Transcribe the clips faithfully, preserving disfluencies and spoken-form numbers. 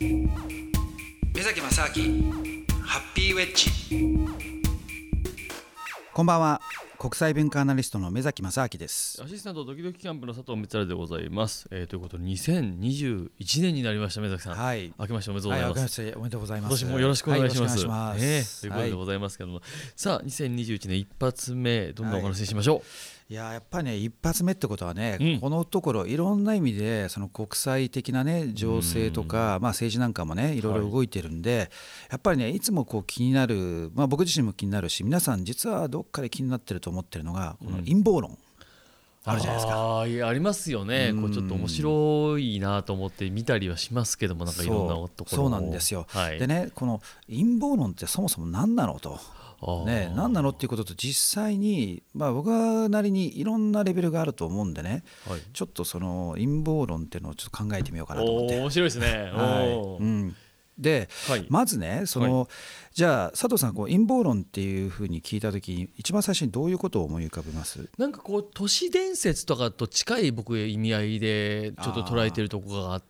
目崎正明ハッピーウェッジ。こんばんは。国際文化アナリストの目崎正明です。 アシスタントドキドキキャンプの佐藤光晴でございます、えー、ということでにせんにじゅういちねんになりました。目崎さん、 はい、 明けましておめでとうございます、 はい、おめでとうございます。 今年もよろしくお願いします、 はい、 えー、ということでございますけども、はい、さあにせんにじゅういちねん一発目どんなお話ししましょう。はい、 いややっぱりね一発目ってことはね、 うん、 このところいろんな意味でその国際的なね情勢とか、まあ、政治なんかもねいろいろ動いてるんで、はい、やっぱりねいつもこう気になる、まあ、僕自身も気になるし皆さん実はどっかで気になってると思ってるのがこの陰謀論、うん、あるじゃないですか。 あ, いやありますよね。こうちょっと面白いなと思って見たりはしますけども、なんかいろんなところ。 そうなんですよ、 はい、 でねこの陰謀論ってそもそも何なのと、ね、何なのっていうことと実際に、まあ、僕はなりにいろんなレベルがあると思うんでね、はい、ちょっとその陰謀論っていうのをちょっと考えてみようかなと思って。 お面白いですね。 はい、うん、で、はい、まずねその、はい、じゃあ佐藤さんこう陰謀論っていうふうに聞いた時に一番最初にどういうことを思い浮かべます？ なんかこう都市伝説とかと近い僕意味合いでちょっと捉えてるところがあって、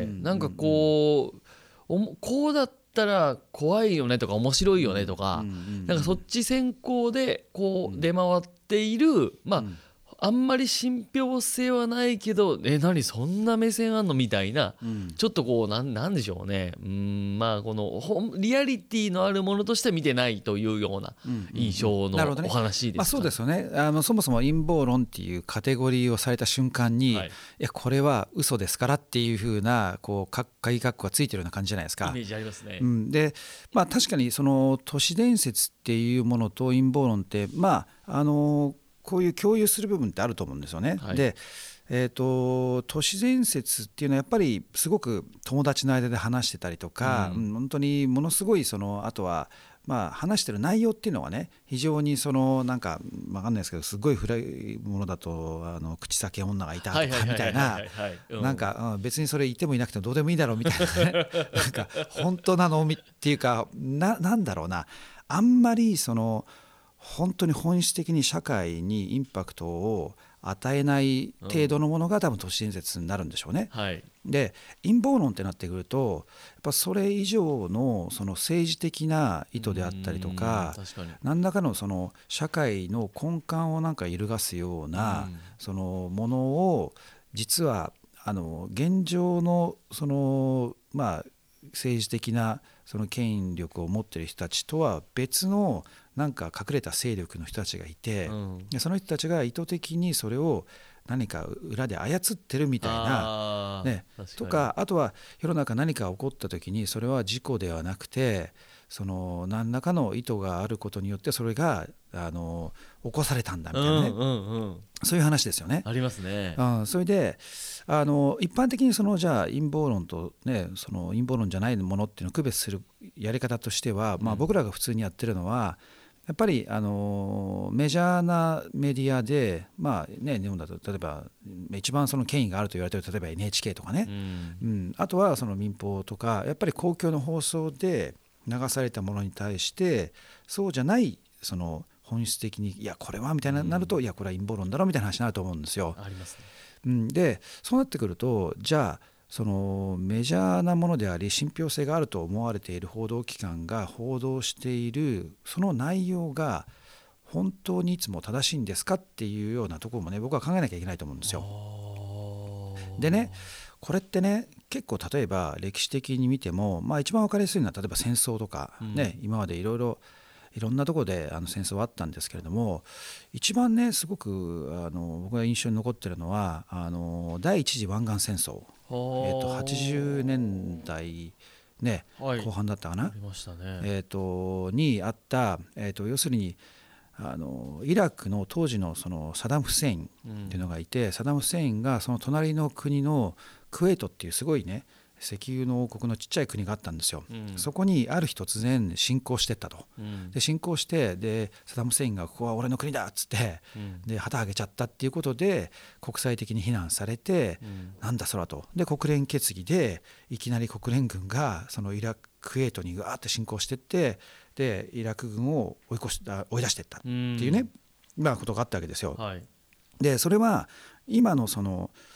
うん、なんかこう、うんうん、こうだったら怖いよねとか面白いよねとか、うんうんうん、なんかそっち先行でこう出回っている、まあ、うんあんまり信憑性はないけどえ何そんな目線あんのみたいな、うん、ちょっとこう な, なんでしょうねうーんまあこのリアリティのあるものとして見てないというような印象のお話ですか、ね。 そうですよね。あのそもそも陰謀論っていうカテゴリーをされた瞬間に、はい、いやこれは嘘ですからっていう風なこう鍵括弧がついてるような感じじゃないですか。 イメージありますね。 うん、で、まあ、確かにその都市伝説っていうものと陰謀論ってまああのこういう共有する部分ってあると思うんですよね。はい、で、えーと、都市伝説っていうのはやっぱりすごく友達の間で話してたりとか、うん、本当にものすごいそのあとはまあ話してる内容っていうのはね非常にそのなんか分かんないですけどすごい古いものだとあの口裂け女がいたとかみたいななんか別にそれいてもいなくてもどうでもいいだろうみたいなねなんか本当なのっていうか な, なんだろうなあんまりその本当に本質的に社会にインパクトを与えない程度のものが多分都市伝説になるんでしょうね。はい、で陰謀論ってなってくるとやっぱそれ以上のその政治的な意図であったりとか、確かに何らかのその社会の根幹をなんか揺るがすようなそのものを実はあの現状のそのまあ政治的なその権力を持っている人たちとは別のなんか隠れた勢力の人たちがいて、うん、その人たちが意図的にそれを何か裏で操ってるみたいな、ね、とかあとは世の中何か起こった時にそれは事故ではなくてその何らかの意図があることによってそれがあの起こされたんだみたいなね、うんうんうん、そういう話ですよね。 ありますね。 うん、それであの一般的にそのじゃあ陰謀論と、ね、その陰謀論じゃないものっていうのを区別するやり方としては、まあ、僕らが普通にやってるのはやっぱりあのメジャーなメディアで、まあね、日本だと例えば一番その権威があると言われている例えば エヌエイチケー とかね、うんうん、あとはその民放とかやっぱり公共の放送で流されたものに対してそうじゃないその本質的にいやこれはみたいになると、うん、いやこれは陰謀論だろみたいな話になると思うんですよ。 ありますね。 うん、でそうなってくるとじゃあそのメジャーなものであり信憑性があると思われている報道機関が報道しているその内容が本当にいつも正しいんですかっていうようなところもね僕は考えなきゃいけないと思うんですよ。でねこれってね結構例えば歴史的に見ても、まあ、一番分かりやすいのは例えば戦争とか、ねうん、今までいろいろいろんなところであの戦争はあったんですけれども一番ねすごくあの僕が印象に残っているのはあの第一次湾岸戦争、えー、とはちじゅうねんだい、ねはい、後半だったかな、ありましたねえー、とにあった、えー、と要するにあのイラクの当時の、そのサダム・フセインっていうのがいて、うん、サダム・フセインがその隣の国のクウェートっていうすごいね石油の王国のちっちゃい国があったんですよ、うん、そこにある日突然侵攻していったと、うん、で侵攻してでサダム・フセインがここは俺の国だっつって、うん、で旗揚げちゃったっていうことで国際的に非難されて、うん、なんだそらとで国連決議でいきなり国連軍がそのイラククウェートにガーって侵攻していってでイラク軍を追い越し追い出していったっていうね、うんまあ、ことがあったわけですよ、はい、でそれは今のその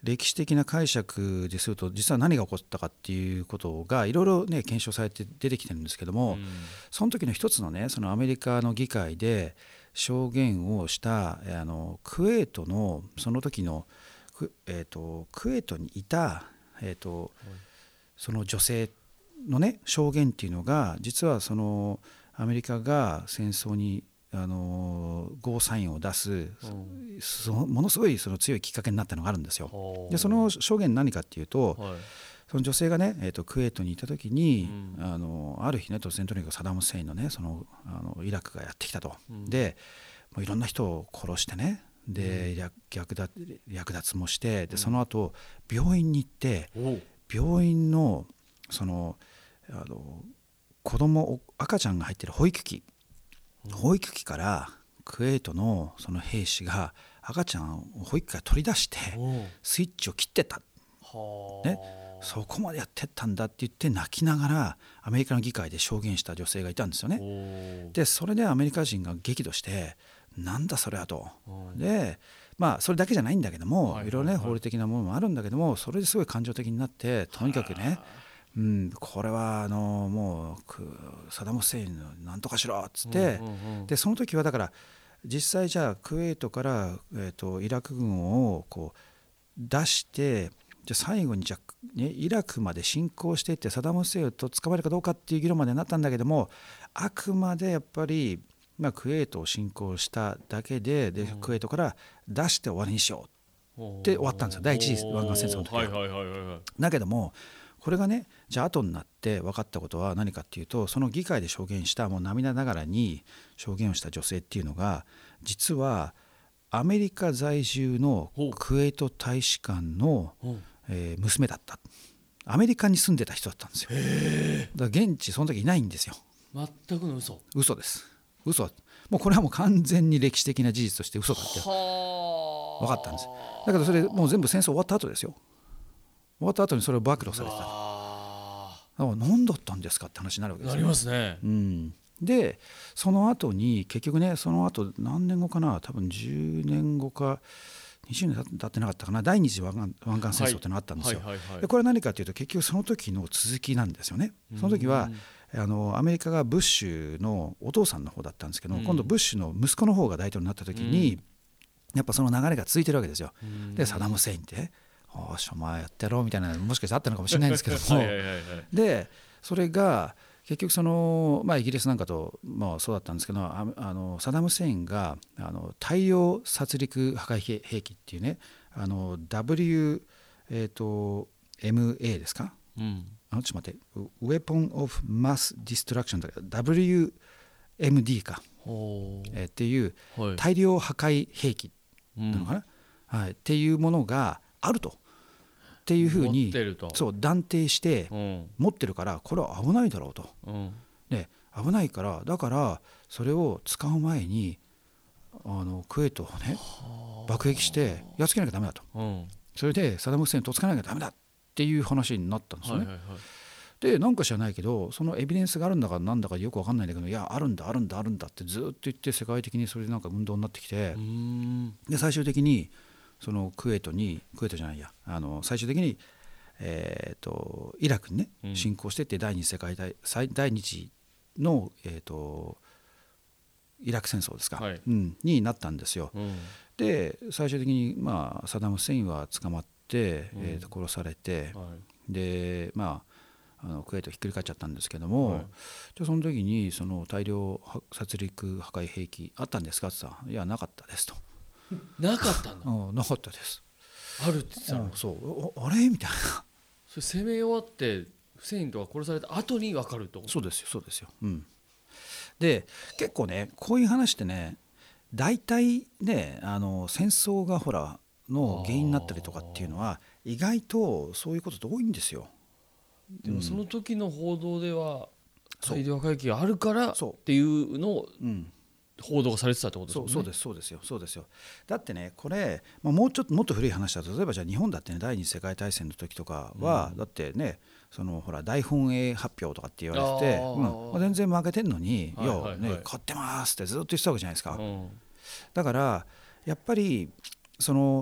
歴史的な解釈ですると実は何が起こったかっていうことがいろいろね検証されて出てきてるんですけども、うん、その時の一つのねそのアメリカの議会で証言をしたあのクウェートのその時のえー、とクウェートにいた、えー、とその女性のね証言っていうのが実はそのアメリカが戦争にあのゴーサインを出す、うん、そものすごいその強いきっかけになったのがあるんですよ。でその証言何かっていうと、はい、その女性がね、えー、とクウェートにいた時に、うん、あのある日ね突然とにかくサダム・フセインのねそのあのイラクがやってきたと、うん、でもういろんな人を殺してねで、うん、略奪、略奪もしてでその後病院に行って、うん、病院のそのあの子供赤ちゃんが入ってる保育器、うん、保育器からクウェートのその兵士が赤ちゃんを保育器から取り出してスイッチを切ってった、ね、そこまでやってったんだって言って泣きながらアメリカの議会で証言した女性がいたんですよね。でそれでアメリカ人が激怒してなんだそれはと、でまあそれだけじゃないんだけども、はいはいはい、いろいろね法律的なものもあるんだけどもそれですごい感情的になってとにかくね、うん、これはあのもうサダム・フセインのなんとかしろっつって、うんうんうん、でその時はだから実際じゃあクウェートから、えー、とイラク軍をこう出してじゃ最後にじゃ、ね、イラクまで侵攻していってサダム・フセインと捕まえるかどうかっていう議論までなったんだけどもあくまでやっぱりまあ、クウェートを侵攻しただけ で, でクウェートから出して終わりにしようって終わったんですよ第一次湾岸戦争の時は、はいはいはいはい、だけどもこれがねじゃあ後になって分かったことは何かっていうとその議会で証言したもう涙ながらに証言をした女性っていうのが実はアメリカ在住のクウェート大使館の、えー、娘だったアメリカに住んでた人だったんですよ。へだから現地その時いないんですよ。 全くの嘘嘘です嘘もうこれはもう完全に歴史的な事実として嘘だって分かったんです。だけどそれもう全部戦争終わった後ですよ。終わった後にそれを暴露されてた。だから何だったんですかって話になるわけですよ。 なりますね、 うん、でその後に結局ねその後何年後かな多分じゅうねんごかにじゅうねん経ってなかったかな第二次湾岸、湾岸戦争ってのがあったんですよ、はいはいはいはい、でこれは何かというと結局その時の続きなんですよね。その時はあのアメリカがブッシュのお父さんの方だったんですけど、うん、今度ブッシュの息子の方が大統領になった時に、うん、やっぱその流れが続いてるわけですよ、うん、でサダム・フセインっておしお前やってやろうみたいなもしかしてあったのかもしれないんですけどもはいはいはい、はい、でそれが結局その、まあ、イギリスなんかと、まあ、そうだったんですけど あ, あのサダム・フセインがあの大量殺戮破壊兵器っていうねあの ダブリュー、えーと、エムエー ですか、うんあちょっと待ってウェポン・オブ・マス・ディストラクションだから ダブリューエムディー か、えー、っていう大量破壊兵器なのかな、うんはい、っていうものがあるとっていうふうにそう断定して持ってるからこれは危ないだろうと、うん、で危ないからだからそれを使う前にあのクウェートをね爆撃してやっつけなきゃダメだと、うん、それでサダム・フセインとっつかなきゃダメだっていう話になったんですよね、はいはいはい、でなんか知らないけどそのエビデンスがあるんだかなんだかよく分かんないんだけどいやあるんだあるんだあるんだってずっと言って世界的にそれでなんか運動になってきてうーんで最終的にそのクウェートにクウェートじゃないやあの最終的に、えー、とイラクにね侵攻してって第二次世界大第二次の、えー、とイラク戦争ですか、はいうん、になったんですよ、うん、で最終的に、まあ、サダム・フセインは捕まって、うんえー、と殺されて、はい、でまああのクウェートひっくり返っちゃったんですけども、はい、でその時にその大量殺戮破壊兵器あったんですかって言ったらいやなかったですとなかったんだうんなかったですあるって言ってたの、 うん、そうあれみたいなそれ攻め終わってフセインとか殺された後に分かるとそうですよそうですよ、うん、で結構ねこういう話ってね大体ねあの戦争がほらの原因になったりとかっていうのは意外とそういうことって多いんですよ。 でもその時の報道では大量破壊機があるからっていうのを報道がされてたってことですよね。 そうですそうですよそうですよ。だってねこれ、まあ、もうちょっともっと古い話だと例えばじゃあ日本だってね第二次世界大戦の時とかは、うん、だってねそのほら大本営発表とかって言われてて、うんまあ、全然負けてんのに「いや、はいはいはいね、勝ってます」ってずっと言ってたわけじゃないですか、うん、だからやっぱりその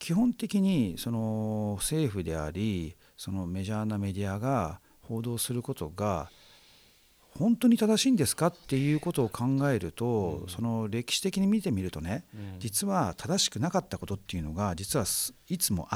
基本的にその政府でありそのメジャーなメディアが報道することが本当に正しいんですかっていうことを考えると、うん、その歴史的に見てみるとね、うん、実は正しくなかったことっていうのが実はいつもあって、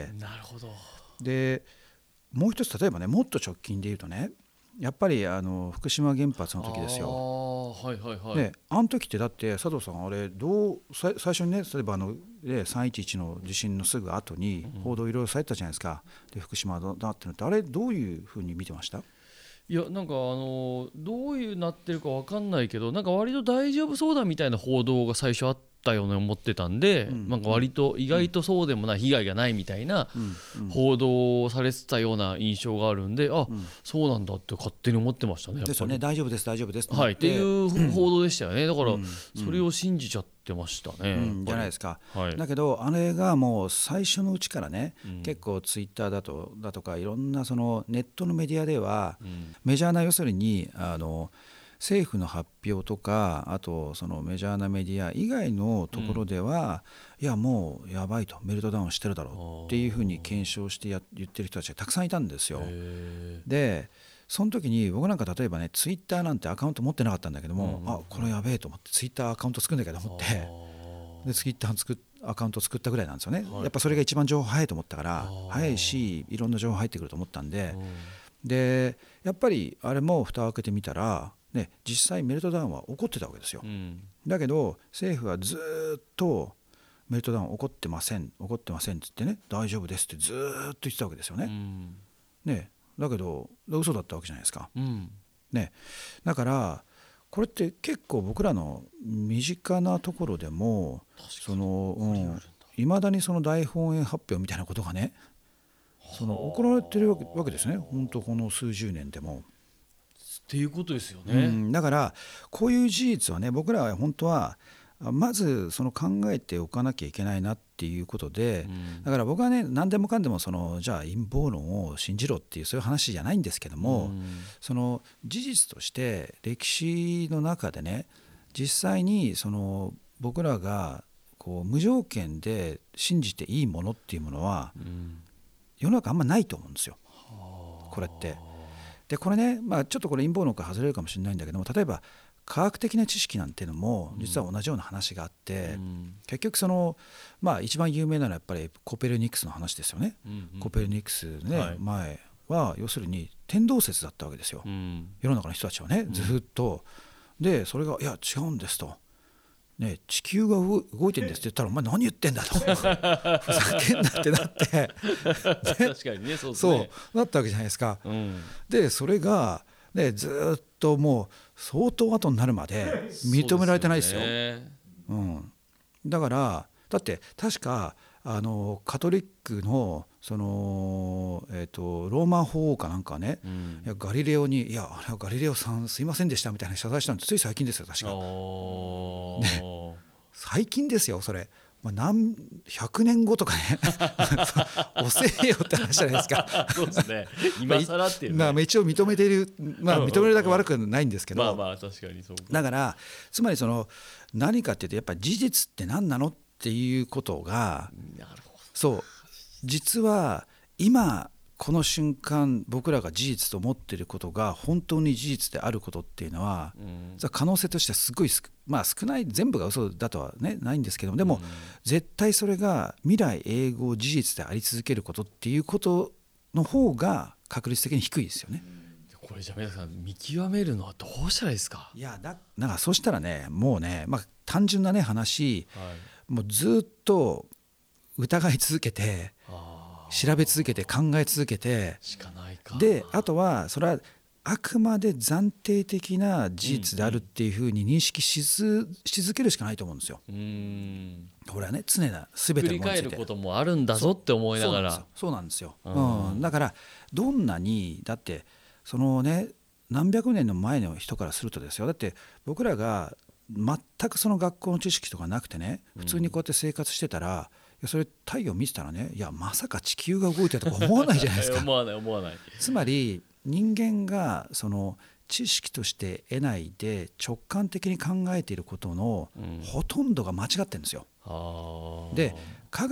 なるほど。 でもう一つ例えばね、もっと直近で言うとね、やっぱりあの福島原発の時ですよ。 あ、はいはいはい、 であの時ってだって佐藤さんあれどう最初にね、例えばあのさんいちいちの地震のすぐ後に報道いろいろされてたじゃないですか。で福島だなってのってあれどういうふうに見てました？ いやなんかあのどういうなってるか分かんないけど、なんか割と大丈夫そうだみたいな報道が最初あったように思ってたんで、うん、なんか割と意外とそうでもない、被害がないみたいな報道をされてたような印象があるんで、あ、うん、そうなんだって勝手に思ってましたね。やっぱりですよね。大丈夫です大丈夫ですって、はい、っていう報道でしたよね。だからそれを信じちゃってましたね、 うん、じゃないですか、 はい、 だけどあれがもう最初のうちからね、うん、結構ツイッターだとだとかいろんなそのネットのメディアでは、うん、メジャーな要するにあの政府の発表とかあとそのメジャーなメディア以外のところでは、うん、いやもうやばいと、メルトダウンしてるだろうっていうふうに検証してや言ってる人たちがたくさんいたんですよ。でその時に僕なんか例えばねツイッターなんてアカウント持ってなかったんだけども、うんうんうん、あこれやべえと思ってツイッターアカウント作んなきゃと思ってでツイッター作っアカウント作ったぐらいなんですよね、はい、やっぱそれが一番情報早いと思ったから早いしいろんな情報入ってくると思ったんで、うん、でやっぱりあれも蓋を開けてみたら、ね、実際メルトダウンは起こってたわけですよ、うん、だけど政府はずっとメルトダウン起こってません起こってませんって言ってね大丈夫ですってずっと言ってたわけですよね、うん、ねだけど嘘だったわけじゃないですか、うんね、だからこれって結構僕らの身近なところでもその、うん、未だにその大本営発表みたいなことがねその行われてるわけ、わけですね。本当この数十年でもっていうことですよね、 うん、だからこういう事実はね僕らは本当はまずその考えておかなきゃいけないなっていうことで、うん、だから僕はね何でもかんでもそのじゃあ陰謀論を信じろっていうそういう話じゃないんですけども、うん、その事実として歴史の中でね実際にその僕らがこう無条件で信じていいものっていうものは、うん、世の中あんまないと思うんですよ、これって。でこれね、まあ、ちょっとこれ陰謀論から外れるかもしれないんだけども、例えば科学的な知識なんていうのも実は同じような話があって、うん、結局その、まあ、一番有名なのはやっぱりコペルニクスの話ですよね、うんうん、コペルニクスね、はい、前は要するに天動説だったわけですよ、うん、世の中の人たちはねずっと、うん、でそれがいや違うんですと、ね、地球が動いてるんですって言ったらお前何言ってんだとふざけんなってなって確かにね、そうですね、 そうなったわけじゃないですか、うん、でそれがでずっともう相当後になるまで認められてないですよ。そうですよね、うん、だからだって確かあのカトリックのその、えーと、ローマ法王かなんかね、うん、いやガリレオにいやあれはガリレオさんすいませんでしたみたいな謝罪したのってつい最近ですよ確か、ね、最近ですよそれ。まあ、何ひゃくねんごとかね遅えよって話じゃないですかそうですね、今更っていうね、 まあ、一応認めている、まあ、認めるだけ悪くないんですけど、 まあまあ確かにそうか。 だからつまりその何かっていうとやっぱり事実って何なのっていうことが、 なるほど、 そう実は今この瞬間僕らが事実と思っていることが本当に事実であることっていうのは、うん、可能性としてはすごい少、まあ、少ない全部が嘘だとは、ね、ないんですけどもでも、うん、絶対それが未来永劫事実であり続けることっていうことの方が確率的に低いですよね。 これじゃあ皆さん見極めるのはどうしたらいいですか？ いやだだからそしたらねもうね、まあ、単純なね話、はい、もうずっと疑い続けて調べ続けて考え続けてしかないか。 であとはそれはあくまで暫定的な事実であるっていうふうに認識しずし続けるしかないと思うんですよ。うーんこれはね常な全てのものについて繰り返ることもあるんだぞって思いながらそうなんですよ。そうなんですよ、うん、だからどんなにだってそのね何百年の前の人からするとですよだって僕らが全くその学校の知識とかなくてね普通にこうやって生活してたら、うん、それ太陽見てたらねいやまさか地球が動いてるとか思わないじゃないですか思わない思わない。 つまり人間がその知識として得ないで直感的に考えていることのほとんどが間違ってるんですよ、うん、で科学って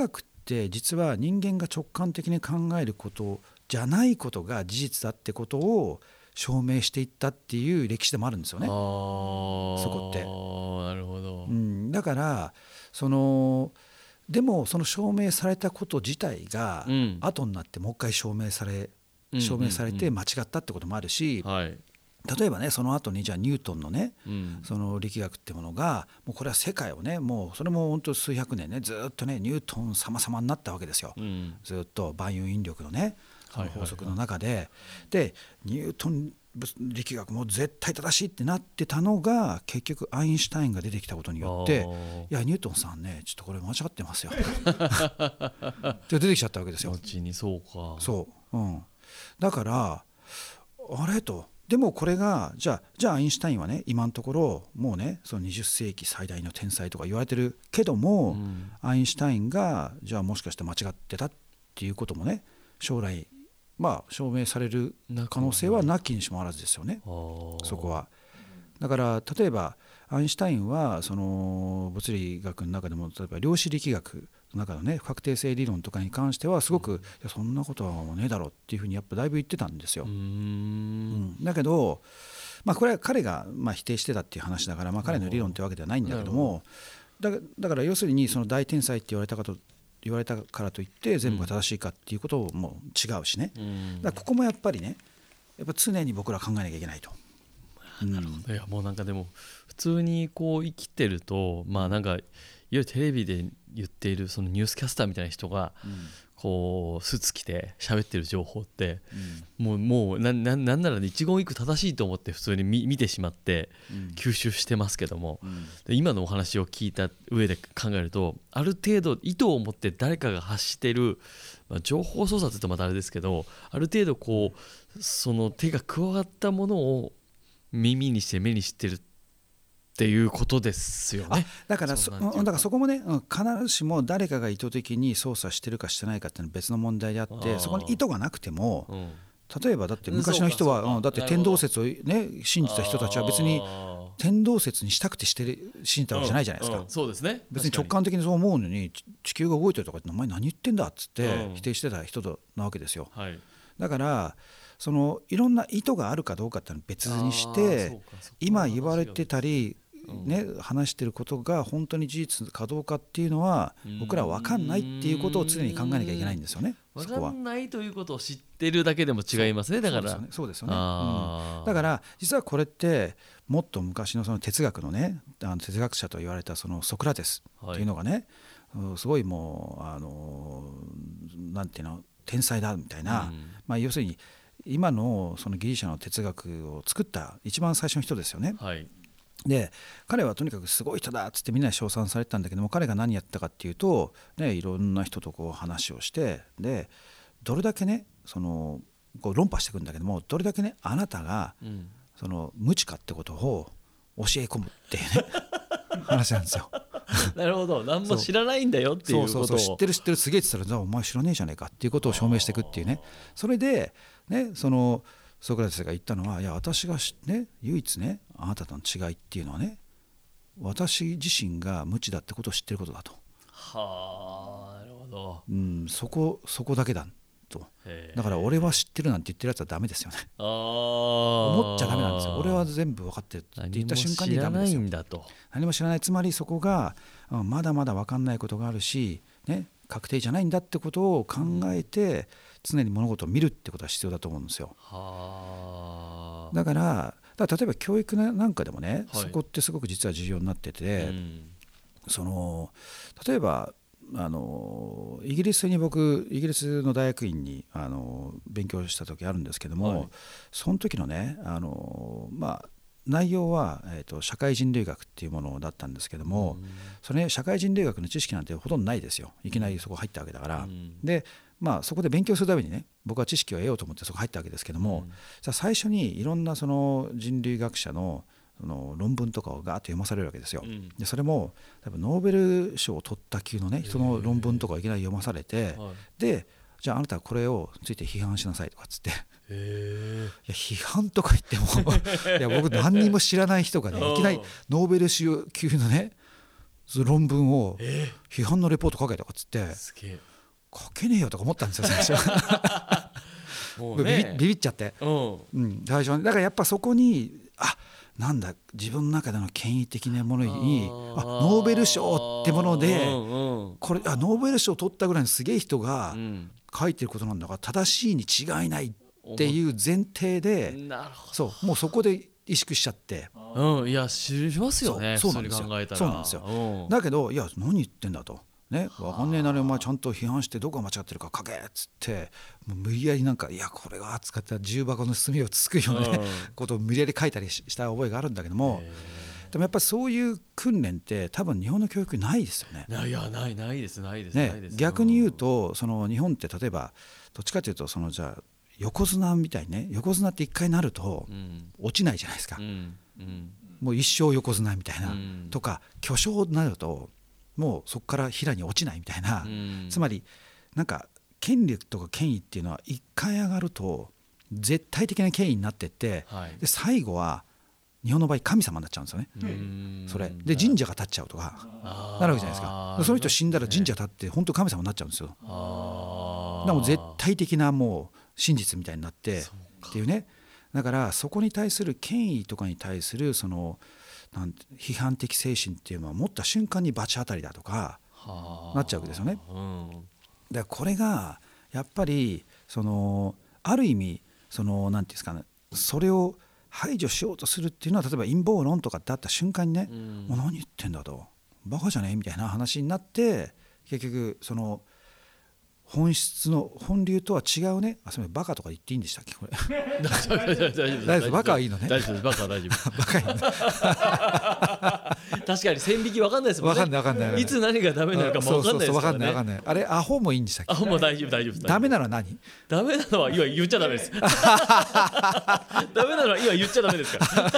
って実は人間が直感的に考えることじゃないことが事実だってことを証明していったっていう歴史でもあるんですよね。 あそこって。 なるほど、 うん、だからそのでもその証明されたこと自体が後になってもう一回証明され、うん、証明されて間違ったってこともあるし、 うんうんうん、はい、 例えばねその後にじゃあニュートンのね、 うん、その力学ってものがもうこれは世界をねもうそれも本当数百年ねずっとねニュートン様々になったわけですよ、うん、ずっと万有引力のねその法則の中で、はいはいはい、でニュートン力学も絶対正しいってなってたのが結局アインシュタインが出てきたことによっていやニュートンさんねちょっとこれ間違ってますよって出てきちゃったわけですよ。 後にそうかそう、うん、だからあれとでもこれがじゃあじゃあアインシュタインはね今のところもうねそのにじゅっせいき最大の天才とか言われてるけども、うん、アインシュタインがじゃあもしかして間違ってたっていうこともね将来まあ証明される可能性はなきにしもあらずですよねそこは。だから例えばアインシュタインはその物理学の中でも例えば量子力学の中のね不確定性理論とかに関してはすごく、うん、いやそんなことはもうねえだろうっていうふうにやっぱだいぶ言ってたんですよ。うーん、うん、だけど、まあ、これは彼がまあ否定してたっていう話だから、まあ、彼の理論ってわけではないんだけどもだだから要するにその大天才って言われたこと言われたからといって全部が正しいかっていうことも違うしね、うん、だからここもやっぱりねやっぱ常に僕ら考えなきゃいけないと。 なるほど、いやもうなんかでも普通にこう生きてるとまあなんかいわゆるテレビで言っているそのニュースキャスターみたいな人がこうスーツ着て喋ってる情報ってもうもうなななんなら一言一句正しいと思って普通に 見, 見てしまって吸収してますけども、で今のお話を聞いた上で考えるとある程度意図を持って誰かが発してる、まあ、情報操作って言うとまたあれですけどある程度こうその手が加わったものを耳にして目にしてるっていうことですよね。 あだから そ, だからそこもね必ずしも誰かが意図的に操作してるかしてないかっていうのは別の問題であってそこに意図がなくても、うん、例えばだって昔の人は、うん、だって天動説を、ね、信じた人たちは別に天動説にしたくてしてる信じたわけじゃないじゃないですか、 うんうん、そうですね、 別に直感的にそう思うのに地球が動いてるとかってお前何言ってんだっつって否定してた人なわけですよ、うんはい、だからそのいろんな意図があるかどうかっていうのは別にして今言われてたりね、話してることが本当に事実かどうかっていうのは僕らは分かんないっていうことを常に考えなきゃいけないんですよね。 分かんないということを知ってるだけでも違いますね。だからそうですよね、うん、だから実はこれってもっと昔のその哲学のねあの哲学者と言われたそのソクラテスっていうのがね、はい、すごいもうあのなんていうの天才だみたいな、うんまあ、要するに今のそのギリシャの哲学を作った一番最初の人ですよね、はいで彼はとにかくすごい人だっつってみんなに称賛されてたんだけども彼が何やったかっていうと、ね、いろんな人とこう話をしてでどれだけねそのこう論破していくんだけどもどれだけねあなたが、うん、その無知かってことを教え込むっていうね話なんですよなるほど何も知らないんだよっていうことをそうそうそう知ってる知ってるすげえって言ったらお前知らねえじゃねえかっていうことを証明していくっていうねそれでねそのソクラテスが言ったのはいや私が、ね、唯一ねあなたとの違いっていうのはね私自身が無知だってことを知ってることだと。 はあなるほど、 うん、そこそこだけだと。だから俺は知ってるなんて言ってるやつはダメですよね。あ思っちゃダメなんですよ。俺は全部分かってるって言った瞬間にダメですよ。 何も知らないんだと。 何も知らないつまりそこが、うん、まだまだ分かんないことがあるし、ね、確定じゃないんだってことを考えて、うん常に物事を見るってことは必要だと思うんですよ。はだからだから例えば教育なんかでもね、はい、そこってすごく実は重要になってて、うん、その例えばあのイギリスに僕イギリスの大学院にあの勉強した時あるんですけども、はい、その時のねあの、まあ、内容は、えーと、社会人類学っていうものだったんですけども、うん、それ、ね、社会人類学の知識なんてほとんどないですよ。いきなりそこ入ったわけだから、うん、でまあ、そこで勉強するためにね僕は知識を得ようと思ってそこ入ったわけですけども、うん、じゃあ最初にいろんなその人類学者 の, その論文とかをガーッと読まされるわけですよ、うん、でそれも多分ノーベル賞を取った級のね人の論文とかをいきなり読まされて、でじゃああなたはこれをついて批判しなさいとかっつってへいや批判とか言ってもいや僕何にも知らない人がねいきなりノーベル賞級のね論文を批判のレポート書けとかっつってすげえ書けねえよとか思ったんですよ最初もうビビ、ビビっちゃって、うんうん、最初だからやっぱそこにあなんだ自分の中での権威的なものにあノーベル賞ってもので、うんうん、これあノーベル賞取ったぐらいのすげえ人が書いてることなんだから正しいに違いないっていう前提で、そうもうそこで意識しちゃって、 うん、いや知りますよね。 そうなんですよ。そうなんですよ、うん、だけどいや何言ってんだとね、分かんねえなりお前ちゃんと批判してどこが間違ってるか書けっつってもう無理やりなんかいやこれが使った重箱の隅をつくような、ね、うん、ことを無理やり書いたりした覚えがあるんだけども、でもやっぱりそういう訓練って多分日本の教育ないですよね。 いやないないですないです、 ね、 ないです。 逆に言うとその日本って例えばどっちかというとそのじゃあ横綱みたいにね横綱って一回なると落ちないじゃないですか、うんうん、もう一生横綱みたいな、うん、とか巨匠になるともうそこから平に落ちないみたいな、うん、つまりなんか権力とか権威っていうのは一回上がると絶対的な権威になってって、はい、で最後は日本の場合神様になっちゃうんですよね、うん、それで神社が建っちゃうとかなるわけじゃないですか。その人死んだら神社建って本当神様になっちゃうんですよ。でも絶対的なもう真実みたいになってっていうね。だからそこに対する権威とかに対するそのなんて批判的精神っていうのは持った瞬間に罰当たりだとかなっちゃうわけですよね。だからこれがやっぱりそのある意味そのなんていうんですかね、それを排除しようとするっていうのは例えば陰謀論とかってあった瞬間にね、もう何言ってんだとバカじゃねえみたいな話になって結局その本質の本流とは違うね。あ、それバカとか言っていいんでしたっけこれ大丈夫です大丈夫ですバカはいいのね。 大丈夫ですバカは大丈夫バカいいの確かに線引き分かんないですもんね。 分かんない分かんない。 いつ何がダメなのかも分かんないですからね。そうそうそう分かんない分かんない。あれアホもいいんでしたっけ。 アホも大丈夫大丈夫。 ダメなのは何？ ダメなのは今言っちゃダメですダメなのは今言っちゃダメですから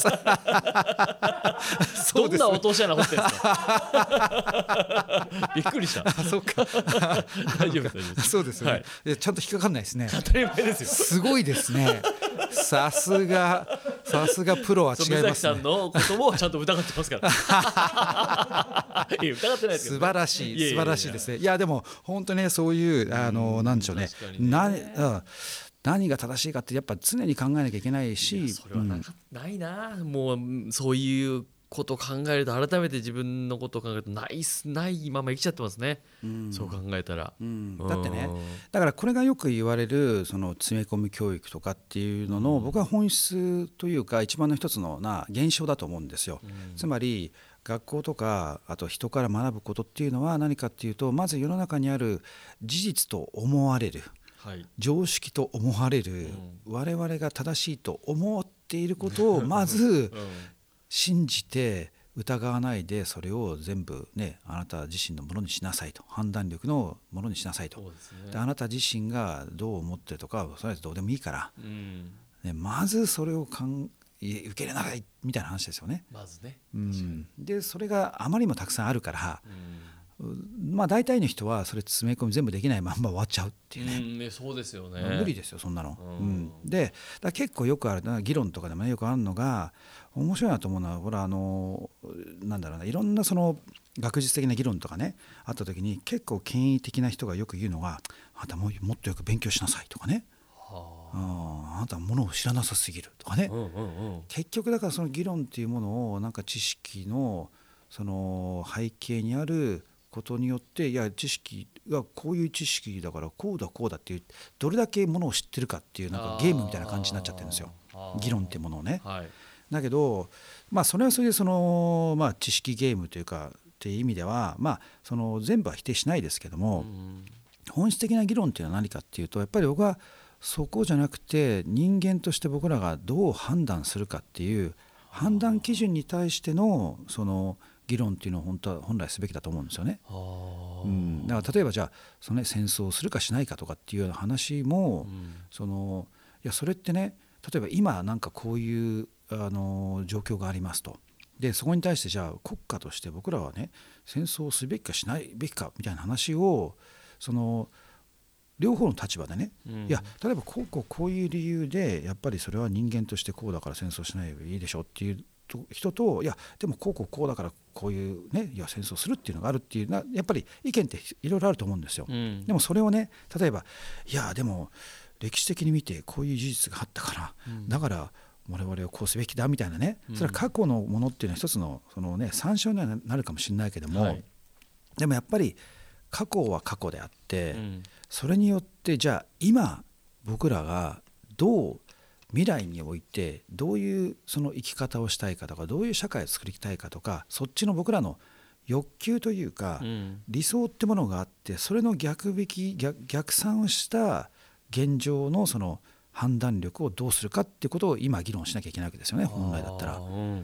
どんな落とし穴掘ってんですかびっくりした。 そうか大丈夫大丈夫。 そうですよね、はい、ちゃんと引っかかんないですね。 当たり前ですよ。すごいですね。さすがさすがプロは違いますね。 目崎さんのこともちゃんと疑ってますからいや疑ってないですけど、ね、 素晴らしい素晴らしいですね。いやでも本当にねそういうあのなんでしょうね、な、うん、何が正しいかってやっぱ常に考えなきゃいけないし、 それはな、うん、ないな。もうそういうことを考えると改めて自分のことを考えるとないないまま生きちゃってますね、うん、そう考えたら、 うん、だってねだからこれがよく言われるその詰め込み教育とかっていうのの、うん、僕は本質というか一番の一つのな現象だと思うんですよ、うん、つまり学校とかあと人から学ぶことっていうのは何かっていうとまず世の中にある事実と思われる、はい、常識と思われる、うん、我々が正しいと思っていることをまず、うん信じて疑わないでそれを全部ねあなた自身のものにしなさいと判断力のものにしなさいと。そうですね、であなた自身がどう思ってるとかそれはどうでもいいから、うんね、まずそれをかん受け入れなさいみたいな話ですよね。 まずね、 うん、でそれがあまりにもたくさんあるから、うん、まあ大体の人はそれ詰め込み全部できないまんま終わっちゃうっていうね、 うんね、そうですよね。 無理ですよそんなの、うんうん、でだ結構よくあるな議論とかでもねよくあるのが面白いなと思うのはほらあのなんだろうないろんなその学術的な議論とかねあった時に結構権威的な人がよく言うのがあなたももっとよく勉強しなさいとかね、はあ、あなたはものを知らなさすぎるとかね、うんうんうん、結局だからその議論っていうものをなんか知識のその背景にあることによっていや知識がこういう知識だからこうだこうだっていうどれだけものを知ってるかっていうなんかゲームみたいな感じになっちゃってるんですよ議論っていうものをね、はい、だけど、まあ、それはそれでその、まあ、知識ゲームというかっていう意味では、まあ、その全部は否定しないですけども、うん、本質的な議論っていうのは何かっていうとやっぱり僕はそこじゃなくて人間として僕らがどう判断するかっていう判断基準に対してのその議論っていうのを本当は本来すべきだと思うんですよね。うん、だから例えばじゃあその、ね、戦争をするかしないかとかっていうような話も、うん、そのいやそれってね例えば今なんかこういうあの状況がありますとでそこに対してじゃあ国家として僕らはね戦争をすべきかしないべきかみたいな話をその両方の立場でね、 うん、 いや例えばこうこうこういう理由でやっぱりそれは人間としてこうだから戦争しない方がいいでしょっていう人と、いやでもこうこうこうだからこういうね、いや戦争するっていうのがあるっていうな、やっぱり意見っていろいろあると思うんですよ、 うん、 でもそれをね、例えばいやでも歴史的に見てこういう事実があったから、うん、だから我々はこうすべきだみたいなね、それは過去のものっていうのは一つのそのね参照にはなるかもしれないけども、はい、でもやっぱり過去は過去であって、うん、それによってじゃあ今僕らがどう未来においてどういうその生き方をしたいかとか、どういう社会を作りたいかとか、そっちの僕らの欲求というか、うん、理想ってものがあって、それの逆引き 逆, 逆算をした現状のその判断力をどうするかっていうことを今議論しなきゃいけないわけですよね、本来だったら、うんうん、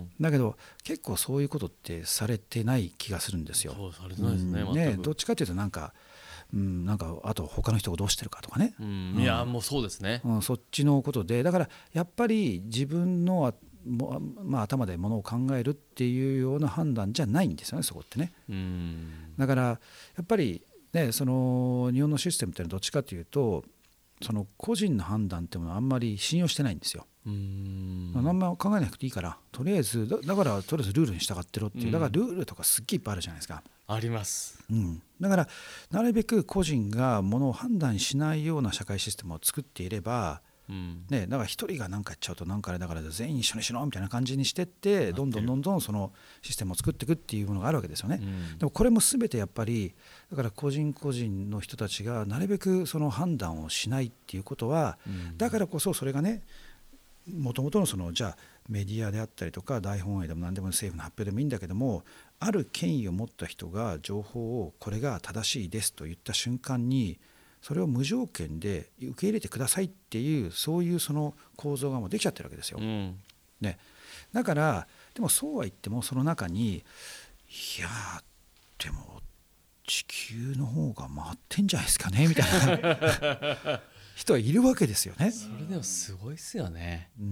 だけど結構そういうことってされてない気がするんですよ。 そうされてないですね、 うん、ね、どっちかというとなんか、うん、なんかあと他の人がどうしてるかとかね、 うんうん、いやもうそうですね、 うん、そっちのことで、だからやっぱり自分のまあ、頭でものを考えるっていうような判断じゃないんですよね、そこってね。うんだからやっぱり、ね、その日本のシステムっていうのはどっちかというと、その個人の判断っていうのはあんまり信用してないんですよ。うーん何も考えなくていいから、とりあえず だ, だからとりあえずルールに従ってろっていう、だからルールとかすっげえいっぱいあるじゃないですか。 あります、 うん、だからなるべく個人がものを判断しないような社会システムを作っていれば、うんね、だから一人が何かやっちゃうとなんかあれだから全員一緒にしろみたいな感じにしてって、どんどんどんどんそのシステムを作っていくっていうものがあるわけですよね、うん、でもこれも全てやっぱりだから個人個人の人たちがなるべくその判断をしないっていうことは、うん、だからこそそれがね、もともとのそのじゃあメディアであったりとか大本営でも何でも政府の発表でもいいんだけども、ある権威を持った人が情報をこれが正しいですと言った瞬間に、それを無条件で受け入れてくださいっていう、そういうその構造がもうできちゃってるわけですよ、うんね、だからでもそうは言ってもその中に、いやでも地球の方が回ってんじゃないですかねみたいな人はいるわけですよね。 それでもすごいですよね。うん、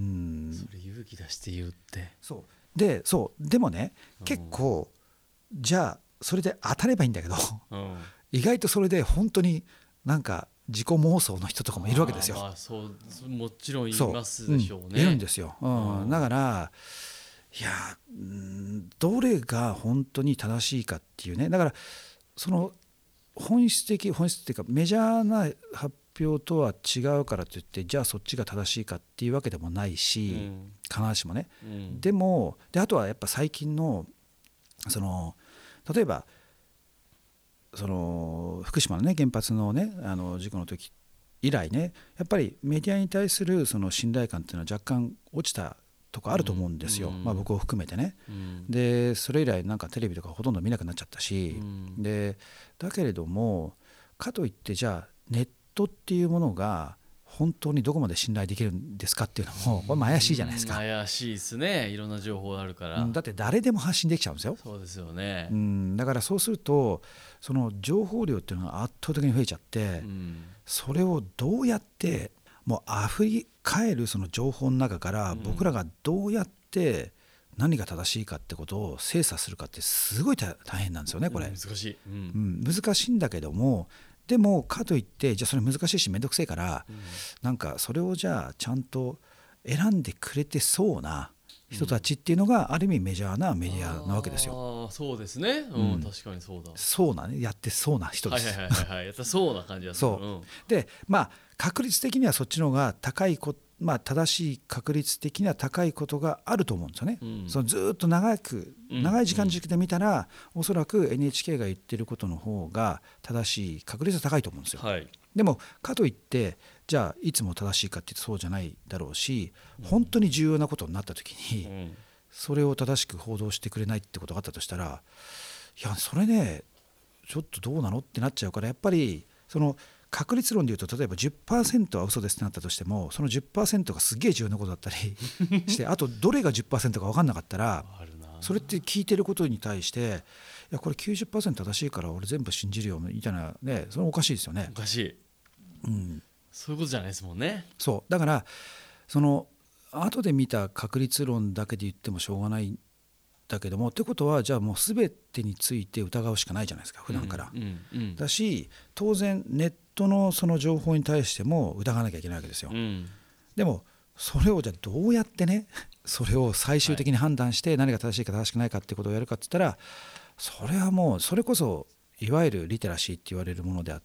それ勇気出して言うって。 そうでそうでもね、結構、うん、じゃあそれで当たればいいんだけど、うん、意外とそれで本当になんか自己妄想の人とかもいるわけですよ。 あ、まあ、そうもちろんいますでしょうね。 うん、いるんですよ、うんうん、だからいやどれが本当に正しいかっていうね、だからその本質的本質っていうかメジャーな発表とは違うからといってじゃあそっちが正しいかっていうわけでもないし、うん、必ずしもね、うん、でもであとはやっぱ最近のその例えばその福島のね原発のねあの事故の時以来ね、やっぱりメディアに対するその信頼感っていうのは若干落ちたとこあると思うんですよ、うんまあ、僕を含めてね、うん、でそれ以来なんかテレビとかほとんど見なくなっちゃったし、うん、でだけれどもかといってじゃあネットっていうものが本当にどこまで信頼できるんですかっていうのもこれも怪しいじゃないですか、 うん、怪しいですね。いろんな情報あるから、 うん、だって誰でも発信できちゃうんですよ。 そうですよね、 うん、だからそうするとその情報量っていうのが圧倒的に増えちゃって、うん、それをどうやってもうあふり返るその情報の中から僕らがどうやって何が正しいかってことを精査するかってすごい大変なんですよねこれ、うん、 難しい、うんうん、難しいんだけども、でもかといってじゃあそれ難しいしめんどくせえから、うん、なんかそれをじゃあちゃんと選んでくれてそうな人たちっていうのがある意味メジャーなメディアなわけですよ。 あ、そうですね、うんうん、確かにそうだ。 そうなね、やってそうな人です。 はいはいはいはい、やってそうな感じだ。 そう、うん、でまあ確率的にはそっちの方が高いこ、まあ、正しい確率的には高いことがあると思うんですよね、うん、そのずっと長く長い時間軸で見たら、うん、おそらく エヌエイチケー が言ってることの方が正しい確率は高いと思うんですよ、はい、でもかといってじゃあいつも正しいかっていうとそうじゃないだろうし、本当に重要なことになった時に、うん、それを正しく報道してくれないってことがあったとしたら、いやそれねちょっとどうなのってなっちゃうから、やっぱりその確率論でいうと例えば じゅっパーセント は嘘ですってなったとしても、その じゅっパーセント がすげえ重要なことだったりしてあとどれが じゅっパーセント か分かんなかったらそれって聞いてることに対していやこれ きゅうじゅっパーセント 正しいから俺全部信じるよみたいなね、それおかしいですよね。 おかしい、うん、そういうことじゃないですもんね。 そうだからその後で見た確率論だけで言ってもしょうがないだけどもってことはじゃあもう全てについて疑うしかないじゃないですか普段から、 うんうんうん、 だし当然ネットのその情報に対しても疑わなきゃいけないわけですよ、うん、でもそれをじゃあどうやってねそれを最終的に判断して何が正しいか正しくないかってことをやるかって言ったら、それはもうそれこそいわゆるリテラシーって言われるものであって、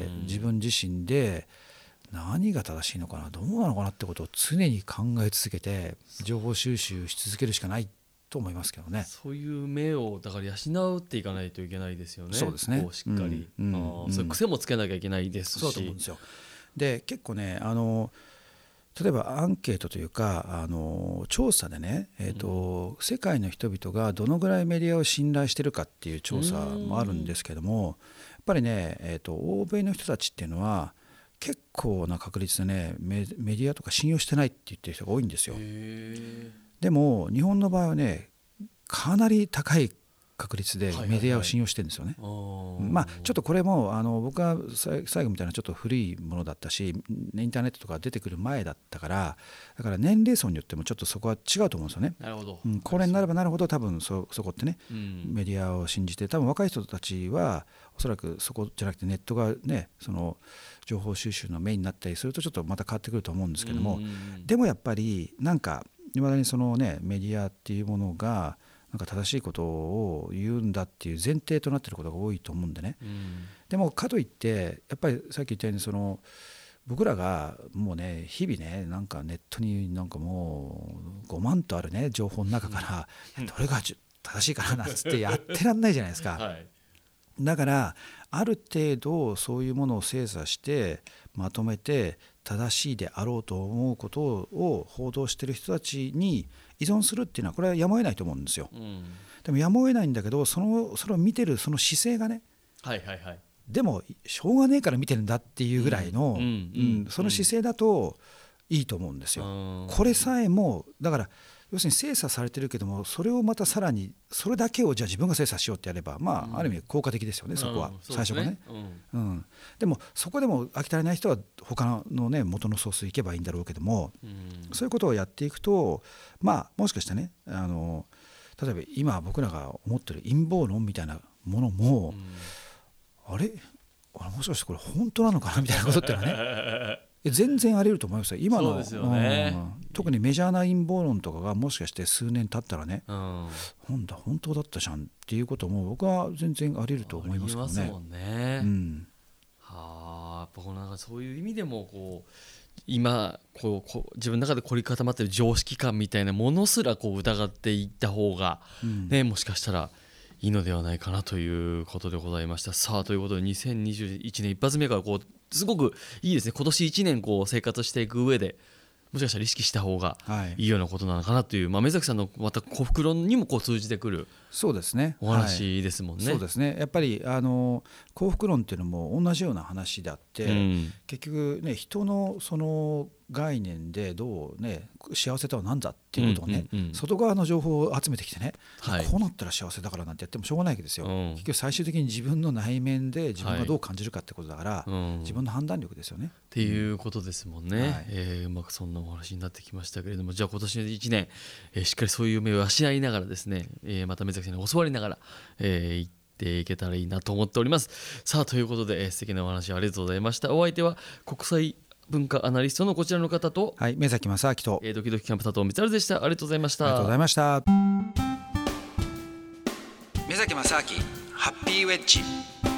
うん、自分自身で何が正しいのかなどうなのかなってことを常に考え続けて情報収集し続けるしかないと思いますけどね。 そういう目をだから養っていかないといけないですよね。 そうですね。 こうしっかり、うんうん、そういう癖もつけなきゃいけないですし。 そうだと思うんですよ。で結構ねあの例えばアンケートというかあの調査でね、えーとうん、世界の人々がどのぐらいメディアを信頼してるかっていう調査もあるんですけども、やっぱりね、えーと、欧米の人たちっていうのは結構な確率でね メ, メディアとか信用してないって言ってる人が多いんですよ。でも日本の場合はねかなり高い確率でメディアを信用してるんですよね。はいはいはい、まあ、ちょっとこれもあの僕が最後みたいなちょっと古いものだったしインターネットとか出てくる前だったからだから年齢層によってもちょっとそこは違うと思うんですよね。 なるほど、 うん、高齢になればなるほど多分 そ, そこってね、うん、メディアを信じて多分若い人たちはおそらくそこじゃなくてネットがねその情報収集のメインになったりするとちょっとまた変わってくると思うんですけども、うん、でもやっぱりなんかいまだにそのねメディアっていうものがなんか正しいことを言うんだっていう前提となっていることが多いと思うんでね、うん、でもかといってやっぱりさっき言ったようにその僕らがもうね日々ねなんかネットになんかもうごまんとあるね情報の中から、うん、どれが正しいかななんつってやってらんないじゃないですか、はい、だからある程度そういうものを精査してまとめて正しいであろうと思うことを報道している人たちに依存するっていうのはこれはやむを得ないと思うんですよ、うん、でもやむを得ないんだけどそのそれを見てるその姿勢がね、 はいはいはい、 でもしょうがねえから見てるんだっていうぐらいの、うんうんうん、その姿勢だといいと思うんですよ、うん、これさえもだから要するに精査されてるけどもそれをまたさらにそれだけをじゃあ自分が精査しようってやればまあ、うん、ある意味効果的ですよねそこは、うん、最初がね、うんうん、でもそこでも飽き足りない人は他のね元のソース行けばいいんだろうけども、うん、そういうことをやっていくとまあもしかしてねあの例えば今僕らが思ってる陰謀論みたいなものも、うん、あれあれもしかしてこれ本当なのかなみたいなことってのはね全然あり得ると思いますよ今の。そうですよね、うん、特にメジャーな陰謀論とかがもしかして数年経ったらね、うん、本当本当だったじゃんっていうことも僕は全然あり得ると思いますけどね。ありますもんね、うん、 はあやっぱこうなんかそういう意味でもこう今こうこう自分の中で凝り固まってる常識感みたいなものすらこう疑っていった方が、ね、うん、もしかしたらいいのではないかなということでございました。さあということでにせんにじゅういちねん一発目からこうすごくいいですね。今年いちねんこう生活していく上でもしかしたら意識した方がいいようなことなのかなという、はい、まあ、目崎さんのまた幸福論にもこう通じてくるそうですねお話ですもんね。 はい、そうですねやっぱりあの幸福論っていうのも同じような話であって、うん、結局ね人のその概念でどうね幸せとは何だっていうことをね、うんうんうん、外側の情報を集めてきてね、はい、こうなったら幸せだからなんてやってもしょうがないわけですよ、うん、結局最終的に自分の内面で自分がどう感じるかってことだから、はい、うん、自分の判断力ですよねっていうことですもんね、はい、えー、うまくそんなお話になってきましたけれども、じゃあ今年のいちねん、えー、しっかりそういう目を養いながらですね、えー、また目崎さんに教わりながら、えー、行っていけたらいいなと思っております。さあということで、えー、素敵なお話ありがとうございました。お相手は国際文化アナリストのこちらの方と、 はい、目崎正明と、 えー、ドキドキキャンプ佐藤光晴でした。ありがとうございました。 ありがとうございました。目崎正明ハッピーウェッジ。